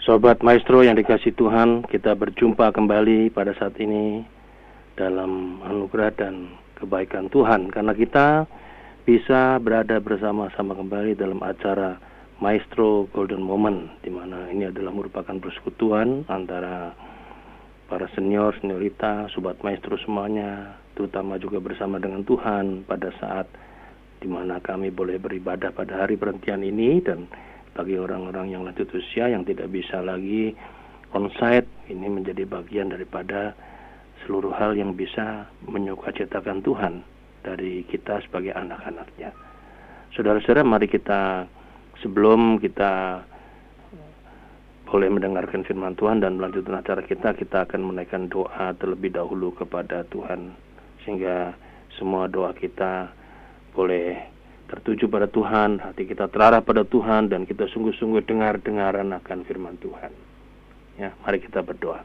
Sobat Maestro yang dikasih Tuhan, kita berjumpa kembali pada saat ini dalam anugerah dan kebaikan Tuhan, karena kita bisa berada bersama-sama kembali dalam acara Maestro Golden Moment, di mana ini adalah merupakan persekutuan antara para senior, seniorita, Sobat Maestro semuanya, terutama juga bersama dengan Tuhan pada saat di mana kami boleh beribadah pada hari perhentian ini. Dan bagi orang-orang yang lanjut usia yang tidak bisa lagi onsite, ini menjadi bagian daripada seluruh hal yang bisa menyukacitakan Tuhan dari kita sebagai anak-anaknya. Saudara-saudara, mari kita, sebelum kita boleh mendengarkan firman Tuhan dan melanjutkan acara kita akan menaikkan doa terlebih dahulu kepada Tuhan, sehingga semua doa kita boleh tertuju pada Tuhan, hati kita terarah pada Tuhan, dan kita sungguh-sungguh dengar-dengaran akan firman Tuhan. Ya, mari kita berdoa.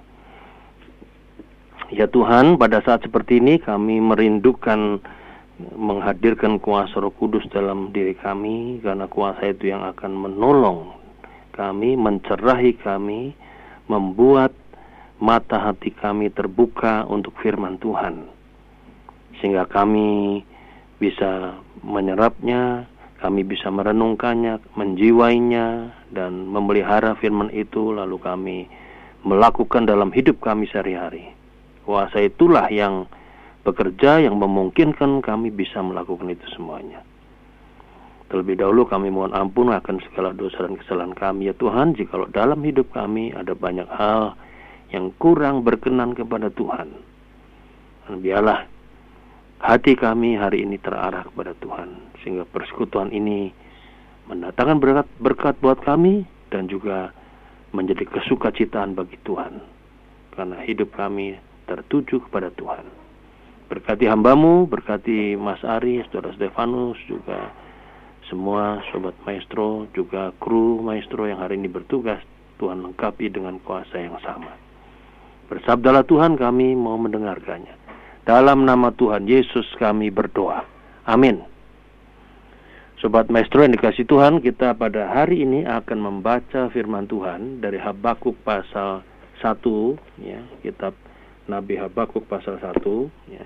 Ya Tuhan, pada saat seperti ini kami merindukan menghadirkan kuasa Roh Kudus dalam diri kami, karena kuasa itu yang akan menolong kami, mencerahi kami, membuat mata hati kami terbuka untuk firman Tuhan, sehingga kami bisa menyerapnya, kami bisa merenungkannya, menjiwainya, dan memelihara firman itu, lalu kami melakukan dalam hidup kami sehari-hari. Kuasa itulah yang bekerja, yang memungkinkan kami bisa melakukan itu semuanya. Terlebih dahulu kami mohon ampun akan segala dosa dan kesalahan kami, ya Tuhan, jikalau dalam hidup kami ada banyak hal yang kurang berkenan kepada Tuhan. Dan biarlah hati kami hari ini terarah kepada Tuhan, sehingga persekutuan ini mendatangkan berkat buat kami dan juga menjadi kesukacitaan bagi Tuhan, karena hidup kami tertuju kepada Tuhan. Berkati hamba-Mu, berkati Mas Ari, Saudara Stefanus, juga semua Sobat Maestro, juga kru Maestro yang hari ini bertugas. Tuhan lengkapi dengan kuasa yang sama. Bersabdalah Tuhan, kami mau mendengarkannya. Dalam nama Tuhan Yesus kami berdoa. Amin. Sobat Maestro yang dikasih Tuhan, kita pada hari ini akan membaca firman Tuhan dari Habakuk pasal 1, ya, kitab Nabi Habakuk pasal 1, ya.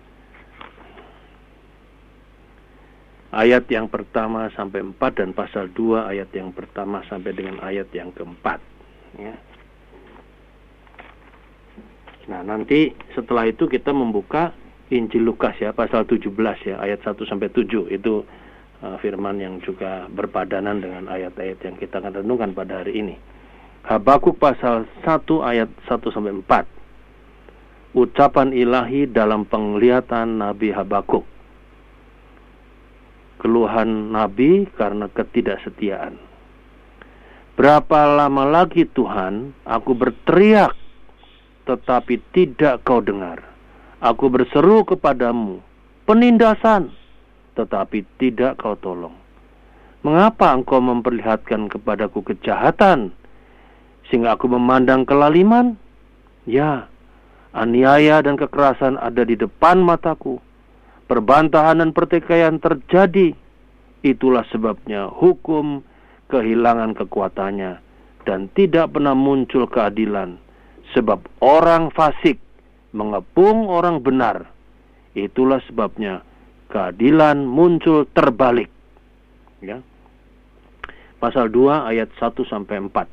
Ayat yang pertama sampai 4 dan pasal 2 ayat yang pertama sampai dengan ayat yang keempat, ya. Nah, nanti setelah itu kita membuka Injil Lukas, ya, pasal 17, ya, ayat 1 sampai 7. Itu firman yang juga berpadanan dengan ayat-ayat yang kita akan renungkan pada hari ini. Habakuk pasal 1 ayat 1 sampai 4. Ucapan ilahi dalam penglihatan Nabi Habakuk. Keluhan Nabi karena ketidaksetiaan. Berapa lama lagi Tuhan aku berteriak, tetapi tidak kau dengar. Aku berseru kepadamu, penindasan, tetapi tidak kau tolong. Mengapa engkau memperlihatkan kepadaku kejahatan, sehingga aku memandang kelaliman? Ya, aniaya dan kekerasan ada di depan mataku. Perbantahan dan pertikaian terjadi. Itulah sebabnya hukum kehilangan kekuatannya, dan tidak pernah muncul keadilan. Sebab orang fasik mengepung orang benar. Itulah sebabnya keadilan muncul terbalik. Ya. Pasal 2 ayat 1 sampai 4.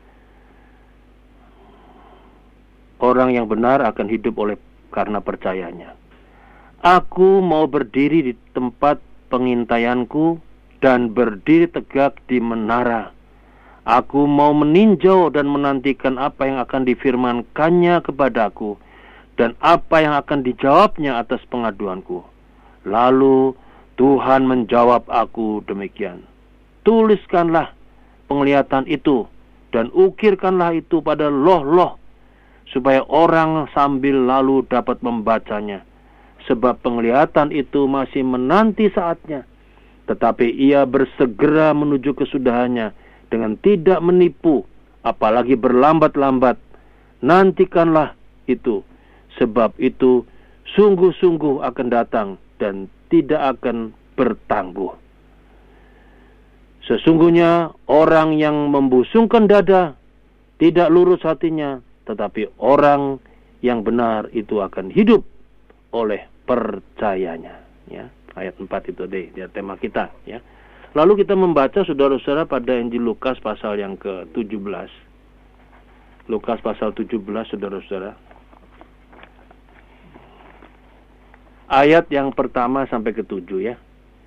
Orang yang benar akan hidup karena percayanya. Aku mau berdiri di tempat pengintaianku dan berdiri tegak di menara. Aku mau meninjau dan menantikan apa yang akan difirmankannya kepadaku dan apa yang akan dijawabnya atas pengaduanku. Lalu Tuhan menjawab aku demikian. Tuliskanlah penglihatan itu dan ukirkanlah itu pada loh-loh, supaya orang sambil lalu dapat membacanya. Sebab penglihatan itu masih menanti saatnya, tetapi ia bersegera menuju kesudahannya dengan tidak menipu, apalagi berlambat-lambat. Nantikanlah itu, sebab itu sungguh-sungguh akan datang dan tidak akan bertangguh. Sesungguhnya orang yang membusungkan dada tidak lurus hatinya, tetapi orang yang benar itu akan hidup oleh percayanya. Ya, ayat 4 itu deh, dia tema kita. Ya. Lalu kita membaca saudara-saudara pada Injil Lukas pasal yang ke-17. Lukas pasal 17 saudara-saudara. Ayat yang pertama sampai ke-7 ya.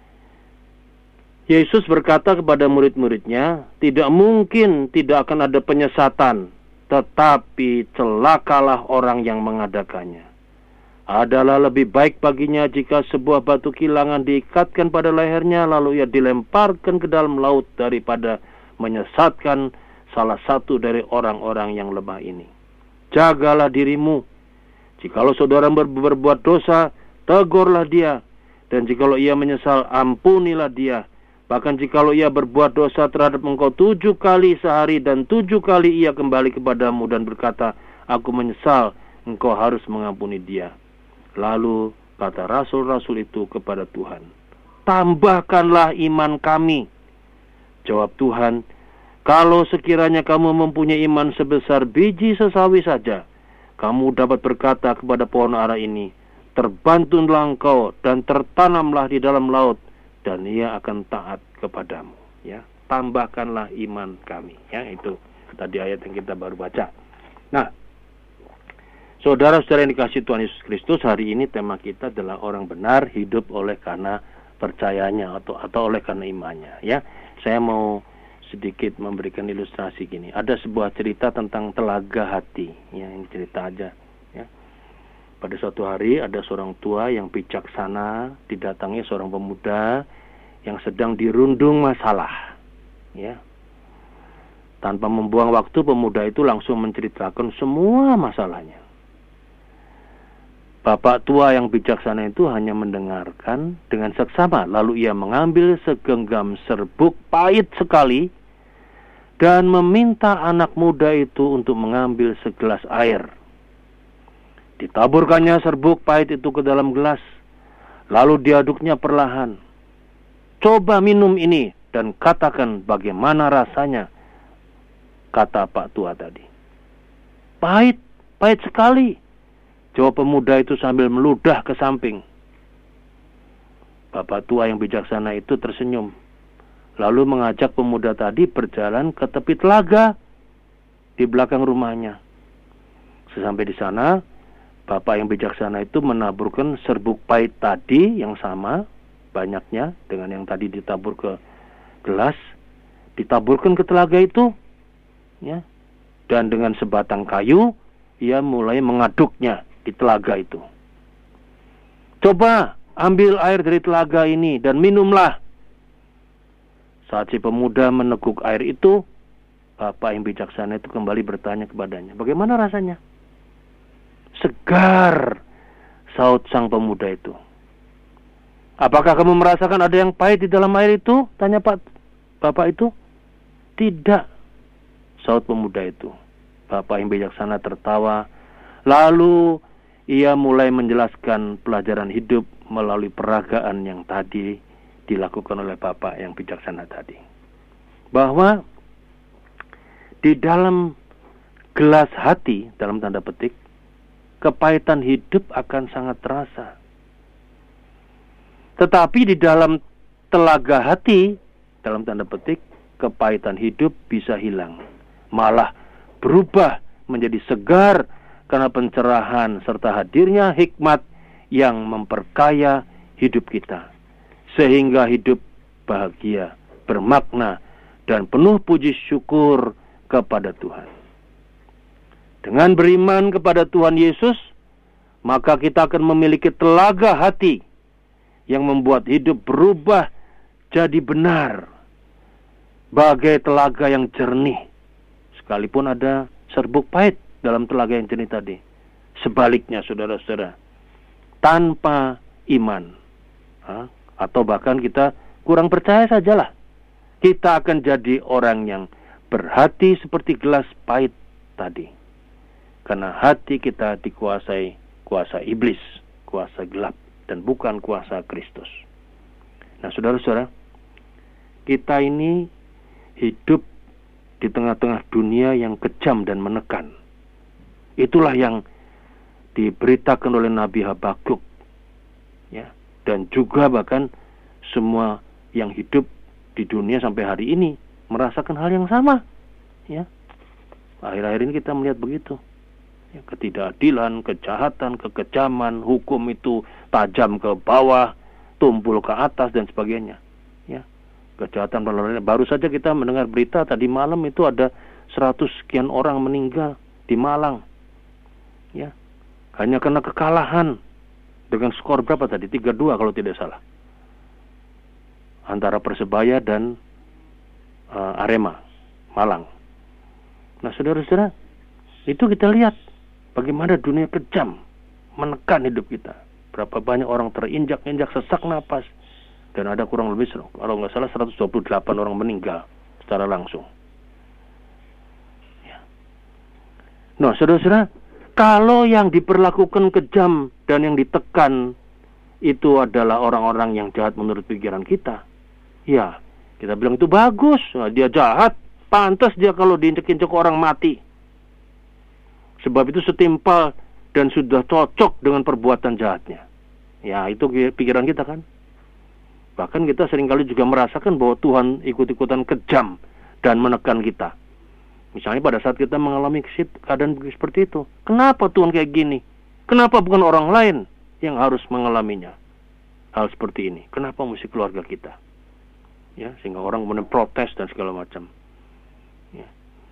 Yesus berkata kepada murid-muridnya, tidak mungkin tidak akan ada penyesatan, tetapi celakalah orang yang mengadakannya. Adalah lebih baik baginya jika sebuah batu kilangan diikatkan pada lehernya, lalu ia dilemparkan ke dalam laut daripada menyesatkan salah satu dari orang-orang yang lemah ini. Jagalah dirimu. Jikalau saudara berbuat dosa, tegurlah dia. Dan jikalau ia menyesal, ampunilah dia. Bahkan jikalau ia berbuat dosa terhadap engkau 7 kali sehari dan 7 kali ia kembali kepadamu dan berkata, aku menyesal, engkau harus mengampuni dia. Lalu kata rasul-rasul itu kepada Tuhan, tambahkanlah iman kami. Jawab Tuhan, kalau sekiranya kamu mempunyai iman sebesar biji sesawi saja, kamu dapat berkata kepada pohon ara ini, terbantunlah engkau dan tertanamlah di dalam laut, dan ia akan taat kepadamu. Ya, tambahkanlah iman kami. Ya, itu tadi ayat yang kita baru baca. Nah, saudara-saudara yang dikasihi Tuhan Yesus Kristus, hari ini tema kita adalah orang benar hidup oleh karena percayanya atau oleh karena imannya. Ya, saya mau sedikit memberikan ilustrasi gini. Ada sebuah cerita tentang telaga hati. Ya, ini cerita aja. Ya. Pada suatu hari ada seorang tua yang bijaksana didatangi seorang pemuda yang sedang dirundung masalah. Ya. Tanpa membuang waktu, pemuda itu langsung menceritakan semua masalahnya. Bapak tua yang bijaksana itu hanya mendengarkan dengan seksama, lalu ia mengambil segenggam serbuk pahit sekali dan meminta anak muda itu untuk mengambil segelas air. Ditaburkannya serbuk pahit itu ke dalam gelas, lalu diaduknya perlahan. Coba minum ini dan katakan bagaimana rasanya, kata Pak tua tadi. Pahit, pahit sekali, jawab pemuda itu sambil meludah ke samping. Bapak tua yang bijaksana itu tersenyum, lalu mengajak pemuda tadi berjalan ke tepi telaga di belakang rumahnya. Sesampai di sana, Bapak yang bijaksana itu menaburkan serbuk pahit tadi yang sama banyaknya dengan yang tadi ditabur ke gelas, ditaburkan ke telaga itu, ya. Dan dengan sebatang kayu ia mulai mengaduknya di telaga itu. Coba ambil air dari telaga ini dan minumlah. Saat si pemuda meneguk air itu, Bapak yang bijaksana itu kembali bertanya kepadanya, bagaimana rasanya? Segar, saut sang pemuda itu. Apakah kamu merasakan ada yang pahit di dalam air itu? Tanya Bapak itu. Tidak, saut pemuda itu. Bapak yang bijaksana tertawa. Lalu ia mulai menjelaskan pelajaran hidup melalui peragaan yang tadi dilakukan oleh Bapak yang bijaksana tadi. Bahwa di dalam gelas hati, dalam tanda petik, kepahitan hidup akan sangat terasa. Tetapi di dalam telaga hati, dalam tanda petik, kepahitan hidup bisa hilang. Malah berubah menjadi segar karena pencerahan serta hadirnya hikmat yang memperkaya hidup kita. Sehingga hidup bahagia, bermakna, dan penuh puji syukur kepada Tuhan. Dengan beriman kepada Tuhan Yesus, maka kita akan memiliki telaga hati yang membuat hidup berubah jadi benar. Bagai telaga yang jernih, sekalipun ada serbuk pahit dalam telaga yang jernih tadi. Sebaliknya, saudara-saudara, tanpa iman, atau bahkan kita kurang percaya sajalah, kita akan jadi orang yang berhati seperti gelas pahit tadi. Karena hati kita dikuasai kuasa iblis, kuasa gelap, dan bukan kuasa Kristus. Nah, saudara-saudara, kita ini hidup di tengah-tengah dunia yang kejam dan menekan. Itulah yang diberitakan oleh Nabi Habakuk, ya, dan juga bahkan semua yang hidup di dunia sampai hari ini merasakan hal yang sama, ya. Akhir-akhir ini kita melihat begitu, ya, ketidakadilan, kejahatan, kekejaman, hukum itu tajam ke bawah, tumpul ke atas dan sebagainya, ya. Kejahatan baru saja kita mendengar berita tadi malam itu ada 100 sekian orang meninggal di Malang, ya, hanya karena kekalahan dengan skor berapa tadi? 3-2 kalau tidak salah, antara Persebaya dan Arema Malang. Nah, saudara-saudara, itu kita lihat bagaimana dunia kejam menekan hidup kita. Berapa banyak orang terinjak-injak, sesak napas, dan ada kurang lebih, kalau nggak salah, 128 orang meninggal secara langsung. Ya. Nah, saudara-saudara, kalau yang diperlakukan kejam dan yang ditekan itu adalah orang-orang yang jahat menurut pikiran kita, ya, kita bilang itu bagus. Nah, dia jahat, pantas dia kalau diinjek-injek orang mati. Sebab itu setimpal dan sudah cocok dengan perbuatan jahatnya. Ya, itu pikiran kita kan. Bahkan kita seringkali juga merasakan bahwa Tuhan ikut-ikutan kejam dan menekan kita. Misalnya pada saat kita mengalami keadaan seperti itu. Kenapa Tuhan kayak gini? Kenapa bukan orang lain yang harus mengalaminya? Hal seperti ini. Kenapa mesti keluarga kita? Ya, sehingga orang kemudian protes dan segala macam. Ya.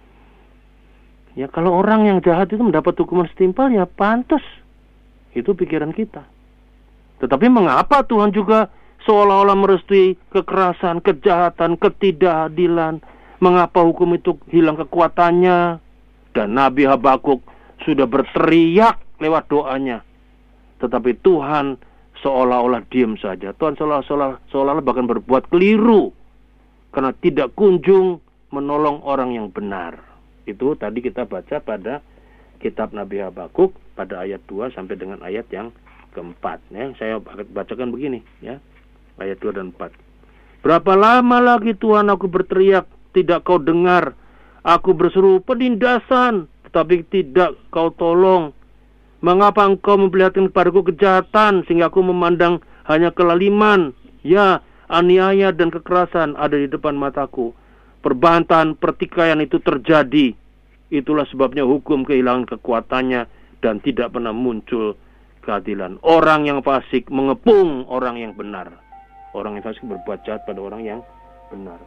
Ya, kalau orang yang jahat itu mendapat hukuman setimpal, ya pantas. Itu pikiran kita. Tetapi mengapa Tuhan juga seolah-olah merestui kekerasan, kejahatan, ketidakadilan? Mengapa hukum itu hilang kekuatannya? Dan Nabi Habakuk sudah berteriak lewat doanya. Tetapi Tuhan seolah-olah diam saja. Tuhan seolah-olah bahkan berbuat keliru karena tidak kunjung menolong orang yang benar. Itu tadi kita baca pada kitab Nabi Habakuk pada ayat 2 sampai dengan ayat yang keempat. Ya, saya bacakan begini, ya, ayat 2 dan 4. Berapa lama lagi Tuhan aku berteriak, tidak kau dengar. Aku berseru penindasan, tetapi tidak kau tolong. Mengapa engkau memperlihatkan kepadaku kejahatan, sehingga aku memandang hanya kelaliman? Ya, aniaya dan kekerasan ada di depan mataku. Perbantahan, pertikaian itu terjadi. Itulah sebabnya hukum kehilangan kekuatannya dan tidak pernah muncul keadilan. Orang yang fasik mengepung orang yang benar. Orang yang fasik berbuat jahat pada orang yang benar.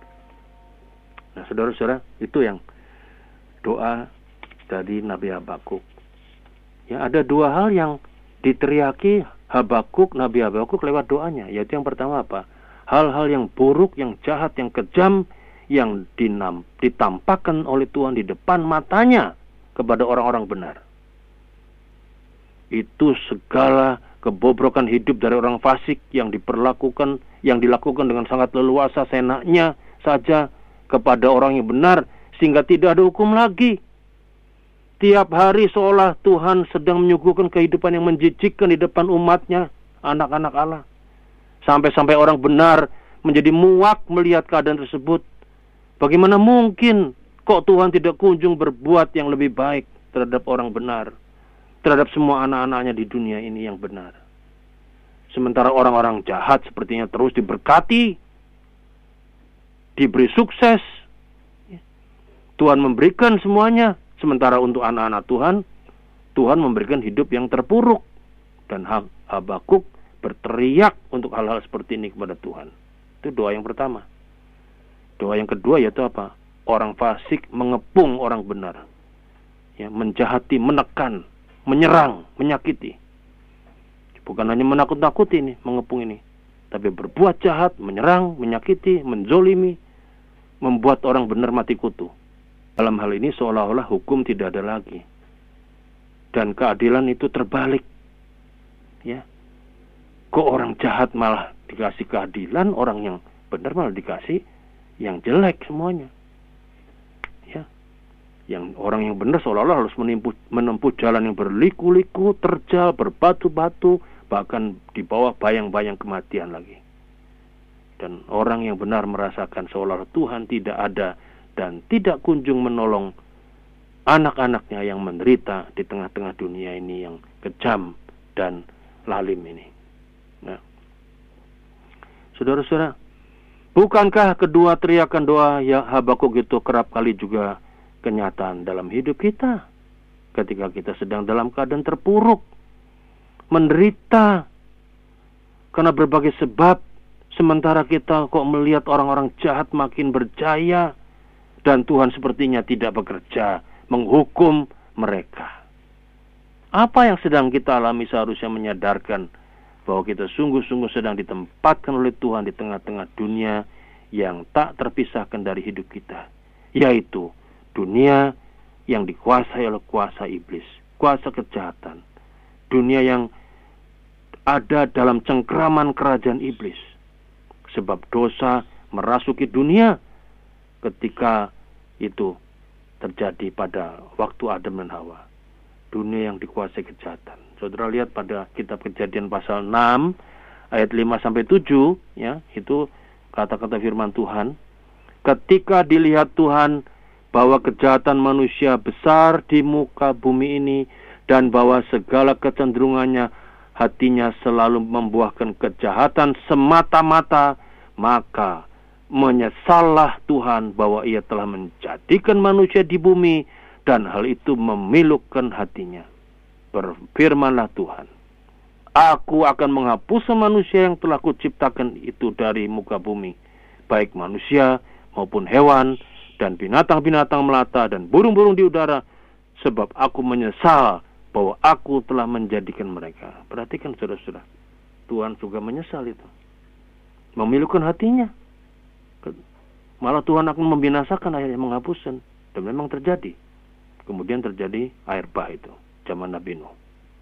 Nah, saudara-saudara, itu yang doa dari Nabi Habakuk. Ya, ada dua hal yang diteriaki Nabi Habakuk lewat doanya. Yaitu yang pertama apa? Hal-hal yang buruk, yang jahat, yang kejam, yang ditampakkan oleh Tuhan di depan matanya kepada orang-orang benar. Itu segala kebobrokan hidup dari orang fasik yang dilakukan dengan sangat leluasa, seenaknya saja kepada orang yang benar, sehingga tidak ada hukum lagi. Tiap hari seolah Tuhan sedang menyuguhkan kehidupan yang menjijikkan di depan umatnya, anak-anak Allah. Sampai-sampai orang benar menjadi muak melihat keadaan tersebut. Bagaimana mungkin kok Tuhan tidak kunjung berbuat yang lebih baik terhadap orang benar, terhadap semua anak-anaknya di dunia ini yang benar. Sementara orang-orang jahat sepertinya terus diberkati, diberi sukses. Tuhan memberikan semuanya. Sementara untuk anak-anak Tuhan, Tuhan memberikan hidup yang terpuruk. Dan Habakuk berteriak untuk hal-hal seperti ini kepada Tuhan. Itu doa yang pertama. Doa yang kedua yaitu apa? Orang fasik mengepung orang benar. Ya, menjahati, menekan, menyerang, menyakiti. Bukan hanya menakut-nakuti ini, mengepung ini. Tapi berbuat jahat, menyerang, menyakiti, menzolimi, membuat orang benar mati kutu. Dalam hal ini seolah-olah hukum tidak ada lagi. Dan keadilan itu terbalik. Ya. Kok orang jahat malah dikasih keadilan, orang yang benar malah dikasih yang jelek semuanya. Ya. Yang orang yang benar seolah-olah harus menempuh jalan yang berliku-liku, terjal, berbatu-batu, bahkan di bawah bayang-bayang kematian lagi. Dan orang yang benar merasakan seolah-olah Tuhan tidak ada dan tidak kunjung menolong anak-anaknya yang menderita di tengah-tengah dunia ini yang kejam dan lalim ini. Nah, saudara-saudara, bukankah kedua teriakan doa ya Habakuk itu kerap kali juga kenyataan dalam hidup kita ketika kita sedang dalam keadaan terpuruk, menderita karena berbagai sebab, sementara kita kok melihat orang-orang jahat makin berjaya dan Tuhan sepertinya tidak bekerja menghukum mereka. Apa yang sedang kita alami seharusnya menyadarkan bahwa kita sungguh-sungguh sedang ditempatkan oleh Tuhan di tengah-tengah dunia yang tak terpisahkan dari hidup kita, yaitu dunia yang dikuasai oleh kuasa iblis, kuasa kejahatan, dunia yang ada dalam cengkraman kerajaan iblis. Sebab dosa merasuki dunia ketika itu terjadi pada waktu Adam dan Hawa. Dunia yang dikuasai kejahatan. Saudara lihat pada kitab Kejadian pasal 6 ayat 5-7, ya, itu kata-kata firman Tuhan. Ketika dilihat Tuhan bahwa kejahatan manusia besar di muka bumi ini dan bahwa segala kecenderungannya hatinya selalu membuahkan kejahatan semata-mata, maka menyesallah Tuhan bahwa ia telah menjadikan manusia di bumi dan hal itu memilukan hatinya. Berfirmanlah Tuhan, Aku akan menghapus manusia yang telah kuciptakan itu dari muka bumi, baik manusia maupun hewan dan binatang-binatang melata dan burung-burung di udara, sebab aku menyesal bahwa aku telah menjadikan mereka. Perhatikan saudara-saudara, Tuhan juga menyesal itu, memilukan hatinya. Malah Tuhan akan membinasakan ayatnya, menghapuskan. Dan memang terjadi. Kemudian terjadi air bah itu, zaman Nabi Nuh.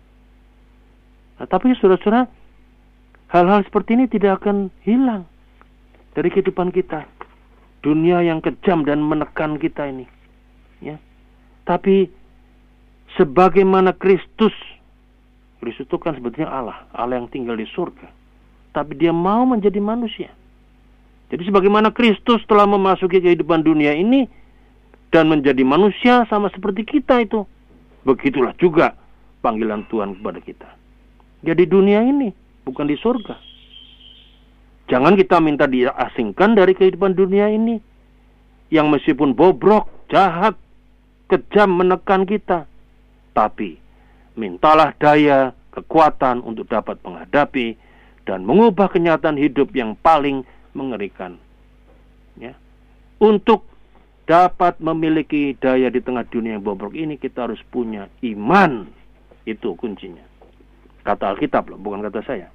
Nah, tapi saudara-saudara, hal-hal seperti ini tidak akan hilang dari kehidupan kita. Dunia yang kejam dan menekan kita ini, ya. Tapi sebagaimana Kristus itu kan sebetulnya Allah yang tinggal di surga, tapi dia mau menjadi manusia. Jadi sebagaimana Kristus telah memasuki kehidupan dunia ini dan menjadi manusia sama seperti kita itu, begitulah juga panggilan Tuhan kepada kita. Jadi dunia ini, bukan di surga. Jangan kita minta diasingkan dari kehidupan dunia ini, yang meskipun bobrok, jahat, kejam menekan kita. Tapi mintalah daya, kekuatan untuk dapat menghadapi dan mengubah kenyataan hidup yang paling mengerikan. Ya. Untuk dapat memiliki daya di tengah dunia yang bobrok ini, kita harus punya iman. Itu kuncinya. Kata Alkitab loh, bukan kata saya.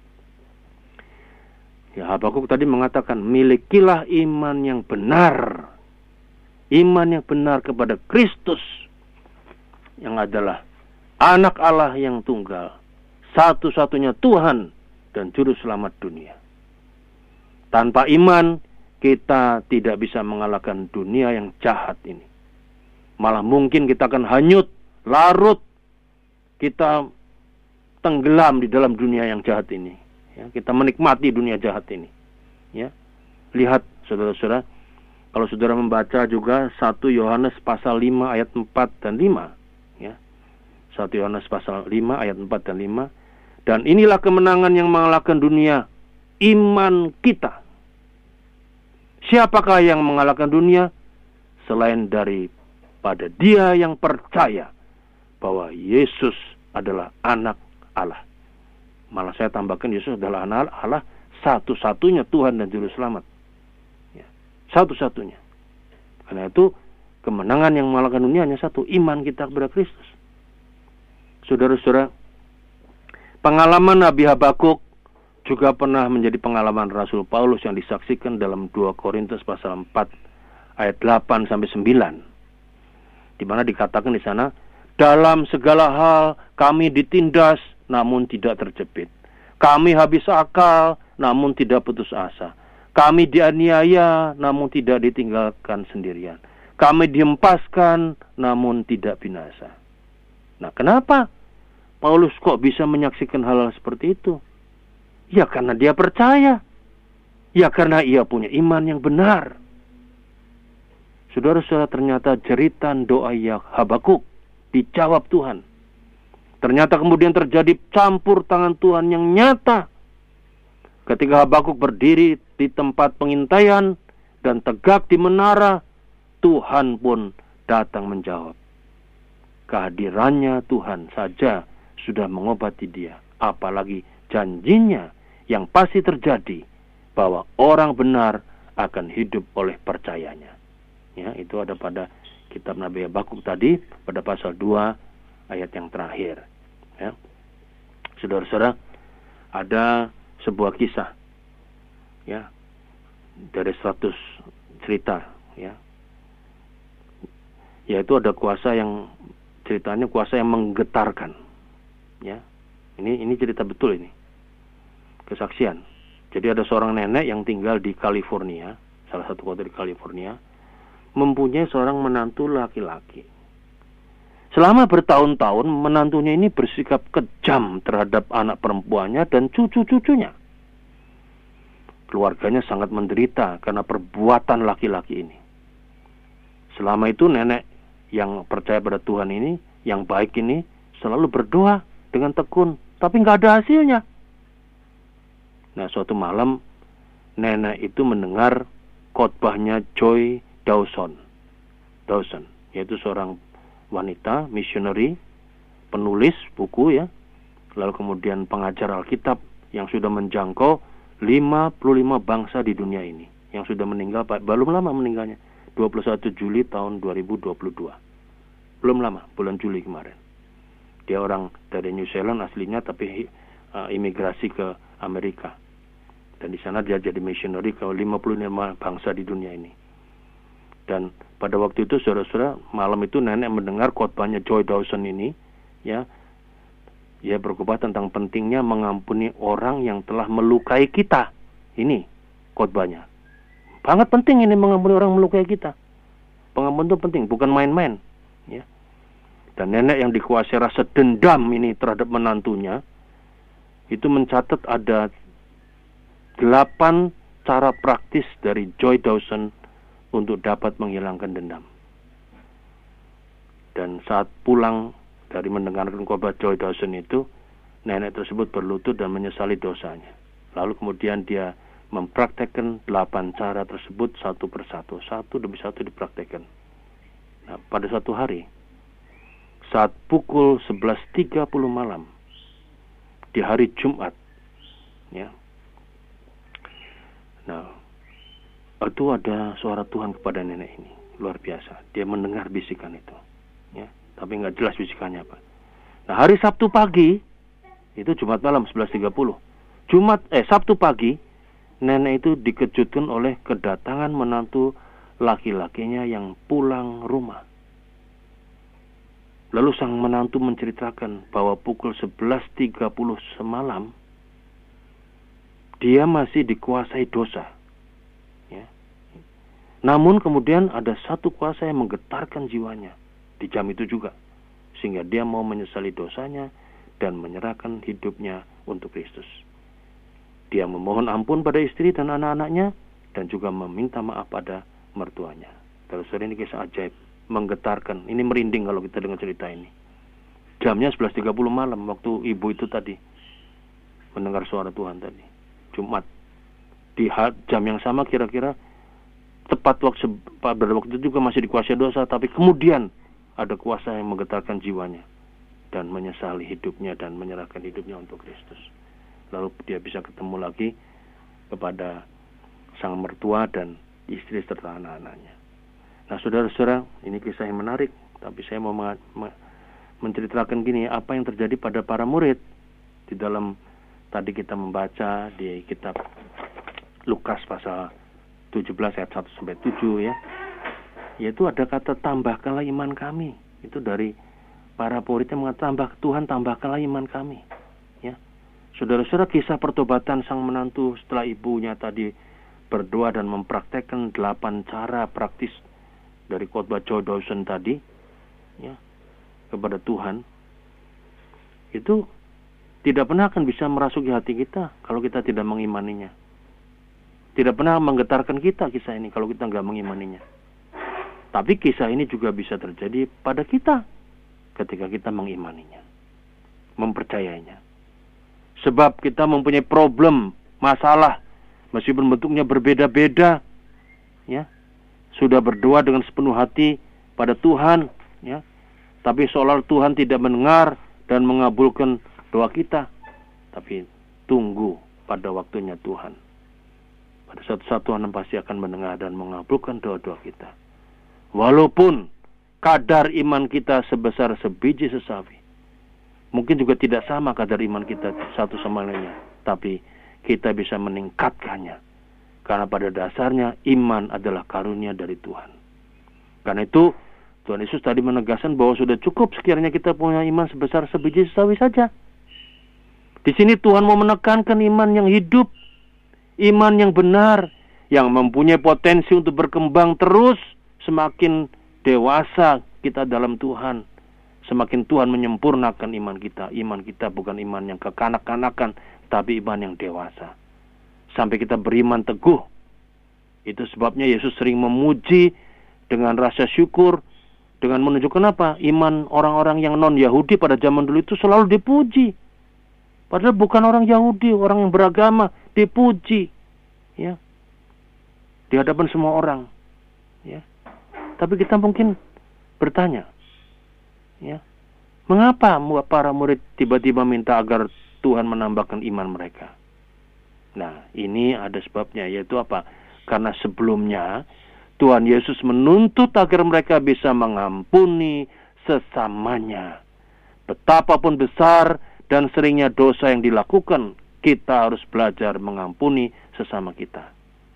Ya, Habakuk tadi mengatakan, milikilah iman yang benar. Iman yang benar kepada Kristus, yang adalah anak Allah yang tunggal, satu-satunya Tuhan dan Juru Selamat dunia. Tanpa iman, kita tidak bisa mengalahkan dunia yang jahat ini. Malah mungkin kita akan hanyut, larut, kita tenggelam di dalam dunia yang jahat ini. Ya, kita menikmati dunia jahat ini. Ya, lihat saudara-saudara, kalau saudara membaca juga 1 Yohanes pasal 5 ayat 4 dan 5. Ya, 1 Yohanes pasal 5 ayat 4 dan 5. Dan inilah kemenangan yang mengalahkan dunia, iman kita. Siapakah yang mengalahkan dunia? Selain daripada dia yang percaya bahwa Yesus adalah anak Allah. Malah saya tambahkan, Yesus adalah anak Allah, satu-satunya Tuhan dan Juru Selamat. Ya, satu-satunya. Karena itu kemenangan yang mengalahkan dunia hanya satu, iman kita kepada Kristus. Saudara-saudara, pengalaman Nabi Habakuk juga pernah menjadi pengalaman Rasul Paulus yang disaksikan dalam 2 Korintus pasal 4 ayat 8-9. Di mana dikatakan di sana, dalam segala hal kami ditindas namun tidak terjepit. Kami habis akal namun tidak putus asa. Kami dianiaya namun tidak ditinggalkan sendirian. Kami dihempaskan namun tidak binasa. Nah, kenapa Paulus kok bisa menyaksikan hal-hal seperti itu? Ya karena dia percaya. Ya karena ia punya iman yang benar. Saudara-saudara, ternyata jeritan doa Habakuk dijawab Tuhan. Ternyata kemudian terjadi campur tangan Tuhan yang nyata. Ketika Habakuk berdiri di tempat pengintaian dan tegak di menara, Tuhan pun datang menjawab. Kehadirannya Tuhan saja sudah mengobati dia. Apalagi janjinya yang pasti terjadi, bahwa orang benar akan hidup oleh percayanya. Ya, itu ada pada kitab Nabi Habakuk tadi, pada pasal 2 ayat yang terakhir. Ya. Saudara-saudara, ada sebuah kisah, ya, dari 100 cerita, ya, yaitu ada kuasa yang ceritanya kuasa yang menggetarkan. Ya, ini cerita betul ini, kesaksian. Jadi ada seorang nenek yang tinggal di California, salah satu kota di California, mempunyai seorang menantu laki-laki. Selama bertahun-tahun menantunya ini bersikap kejam terhadap anak perempuannya dan cucu-cucunya. Keluarganya sangat menderita karena perbuatan laki-laki ini. Selama itu nenek yang percaya pada Tuhan ini, yang baik ini, selalu berdoa dengan tekun, tapi nggak ada hasilnya. Nah, suatu malam nenek itu mendengar khotbahnya Joy Dawson, yaitu seorang wanita misioneri, penulis buku, ya, lalu kemudian pengajar Alkitab yang sudah menjangkau 55 bangsa di dunia ini, yang sudah meninggal, belum lama meninggalnya, 21 Juli tahun 2022. Belum lama, bulan Juli kemarin. Dia orang dari New Zealand aslinya, tapi imigrasi ke Amerika. Dan di sana dia jadi misioneri ke 55 bangsa di dunia ini. Dan pada waktu itu, saudara-saudara, malam itu nenek mendengar khotbahnya Joy Dawson ini, ya, ia berkhotbah tentang pentingnya mengampuni orang yang telah melukai kita. Ini khotbahnya. Sangat penting ini, mengampuni orang yang melukai kita. Pengampunan itu penting, bukan main-main, ya. Dan nenek yang dikuasai rasa dendam ini terhadap menantunya, itu mencatat ada 8 cara praktis dari Joy Dawson untuk dapat menghilangkan dendam. Dan saat pulang dari mendengarkan khotbah Joy Dawson itu, nenek tersebut berlutut dan menyesali dosanya. Lalu kemudian dia mempraktekkan 8 cara tersebut satu persatu, satu demi satu dipraktekkan. Nah, pada suatu hari, saat pukul 11.30 malam di hari Jumat, ya, nah, itu ada suara Tuhan kepada nenek ini, luar biasa. Dia mendengar bisikan itu, ya, tapi nggak jelas bisikannya apa. Nah, hari Sabtu pagi, itu Jumat malam 11.30, Sabtu pagi, nenek itu dikejutkan oleh kedatangan menantu laki-lakinya yang pulang rumah. Lalu sang menantu menceritakan bahwa pukul 11.30 semalam, dia masih dikuasai dosa. Namun kemudian ada satu kuasa yang menggetarkan jiwanya di jam itu juga, sehingga dia mau menyesali dosanya dan menyerahkan hidupnya untuk Kristus. Dia memohon ampun pada istri dan anak-anaknya dan juga meminta maaf pada mertuanya. Terus ini kisah ajaib, menggetarkan. Ini merinding kalau kita dengar cerita ini. Jamnya 11.30 malam, waktu ibu itu tadi mendengar suara Tuhan tadi, Jumat. Di jam yang sama kira-kira, tepat pada waktu itu juga masih dikuasai dosa, tapi kemudian ada kuasa yang menggetarkan jiwanya dan menyesali hidupnya dan menyerahkan hidupnya untuk Kristus. Lalu dia bisa ketemu lagi kepada sang mertua dan istri serta anak-anaknya. Nah, saudara-saudara, ini kisah yang menarik, tapi saya mau menceritakan gini, apa yang terjadi pada para murid di dalam, tadi kita membaca di kitab Lukas pasal 17 ayat 1-7, ya, yaitu ada kata tambahkanlah iman kami. Itu dari para muridnya mengatakan, Tuhan tambahkanlah iman kami, ya. Saudara-saudara, kisah pertobatan sang menantu setelah ibunya tadi berdoa dan mempraktekkan 8 cara praktis dari khotbah Joy Dawson tadi, ya, kepada Tuhan, itu tidak pernah akan bisa merasuki hati kita kalau kita tidak mengimaninya. Tidak pernah menggetarkan kita kisah ini kalau kita nggak mengimaninya. Tapi kisah ini juga bisa terjadi pada kita ketika kita mengimaninya, mempercayainya. Sebab kita mempunyai problem, masalah, meskipun bentuknya berbeda-beda, ya, sudah berdoa dengan sepenuh hati pada Tuhan, ya, tapi seolah Tuhan tidak mendengar dan mengabulkan doa kita. Tapi tunggu pada waktunya Tuhan. Pada suatu Tuhan pasti akan mendengar dan mengabulkan doa-doa kita. Walaupun kadar iman kita sebesar sebiji sesawi, mungkin juga tidak sama kadar iman kita satu sama lainnya, tapi kita bisa meningkatkannya. Karena pada dasarnya iman adalah karunia dari Tuhan. Karena itu Tuhan Yesus tadi menegaskan bahwa sudah cukup sekiranya kita punya iman sebesar sebiji sesawi saja. Di sini Tuhan mau menekankan iman yang hidup, iman yang benar, yang mempunyai potensi untuk berkembang terus. Semakin dewasa kita dalam Tuhan, semakin Tuhan menyempurnakan iman kita. Iman kita bukan iman yang kekanak-kanakan, tapi iman yang dewasa. Sampai kita beriman teguh. Itu sebabnya Yesus sering memuji dengan rasa syukur, dengan menunjukkan apa? Iman orang-orang yang non-Yahudi pada zaman dulu itu selalu dipuji. Padahal bukan orang Yahudi, orang yang beragama, dipuji. Ya. Di hadapan semua orang. Ya. Tapi kita mungkin bertanya, ya, mengapa para murid tiba-tiba minta agar Tuhan menambahkan iman mereka? Nah, ini ada sebabnya, yaitu apa? Karena sebelumnya Tuhan Yesus menuntut agar mereka bisa mengampuni sesamanya. Betapapun besar dan seringnya dosa yang dilakukan, kita harus belajar mengampuni sesama kita.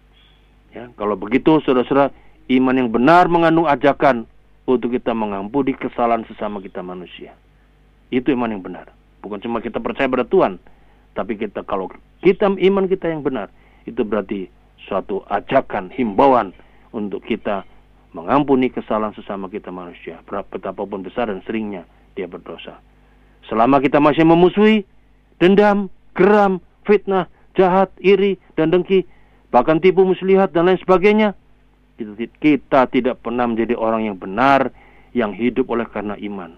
Ya, kalau begitu, saudara-saudara, iman yang benar mengandung ajakan untuk kita mengampuni kesalahan sesama kita manusia. Itu iman yang benar. Bukan cuma kita percaya pada Tuhan, tapi kalau kita iman kita yang benar, itu berarti suatu ajakan, himbauan untuk kita mengampuni kesalahan sesama kita manusia, betapapun besar dan seringnya dia berdosa. Selama kita masih memusuhi, dendam, geram, fitnah, jahat, iri, dan dengki, bahkan tipu muslihat dan lain sebagainya, kita tidak pernah menjadi orang yang benar, yang hidup oleh karena iman.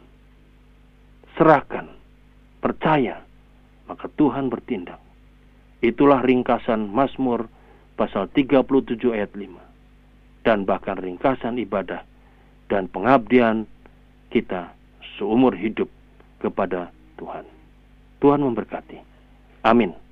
Serahkan, percaya, maka Tuhan bertindak. Itulah ringkasan Mazmur pasal 37 ayat 5. Dan bahkan ringkasan ibadah dan pengabdian kita seumur hidup kepada Tuhan. Tuhan memberkati. Amin.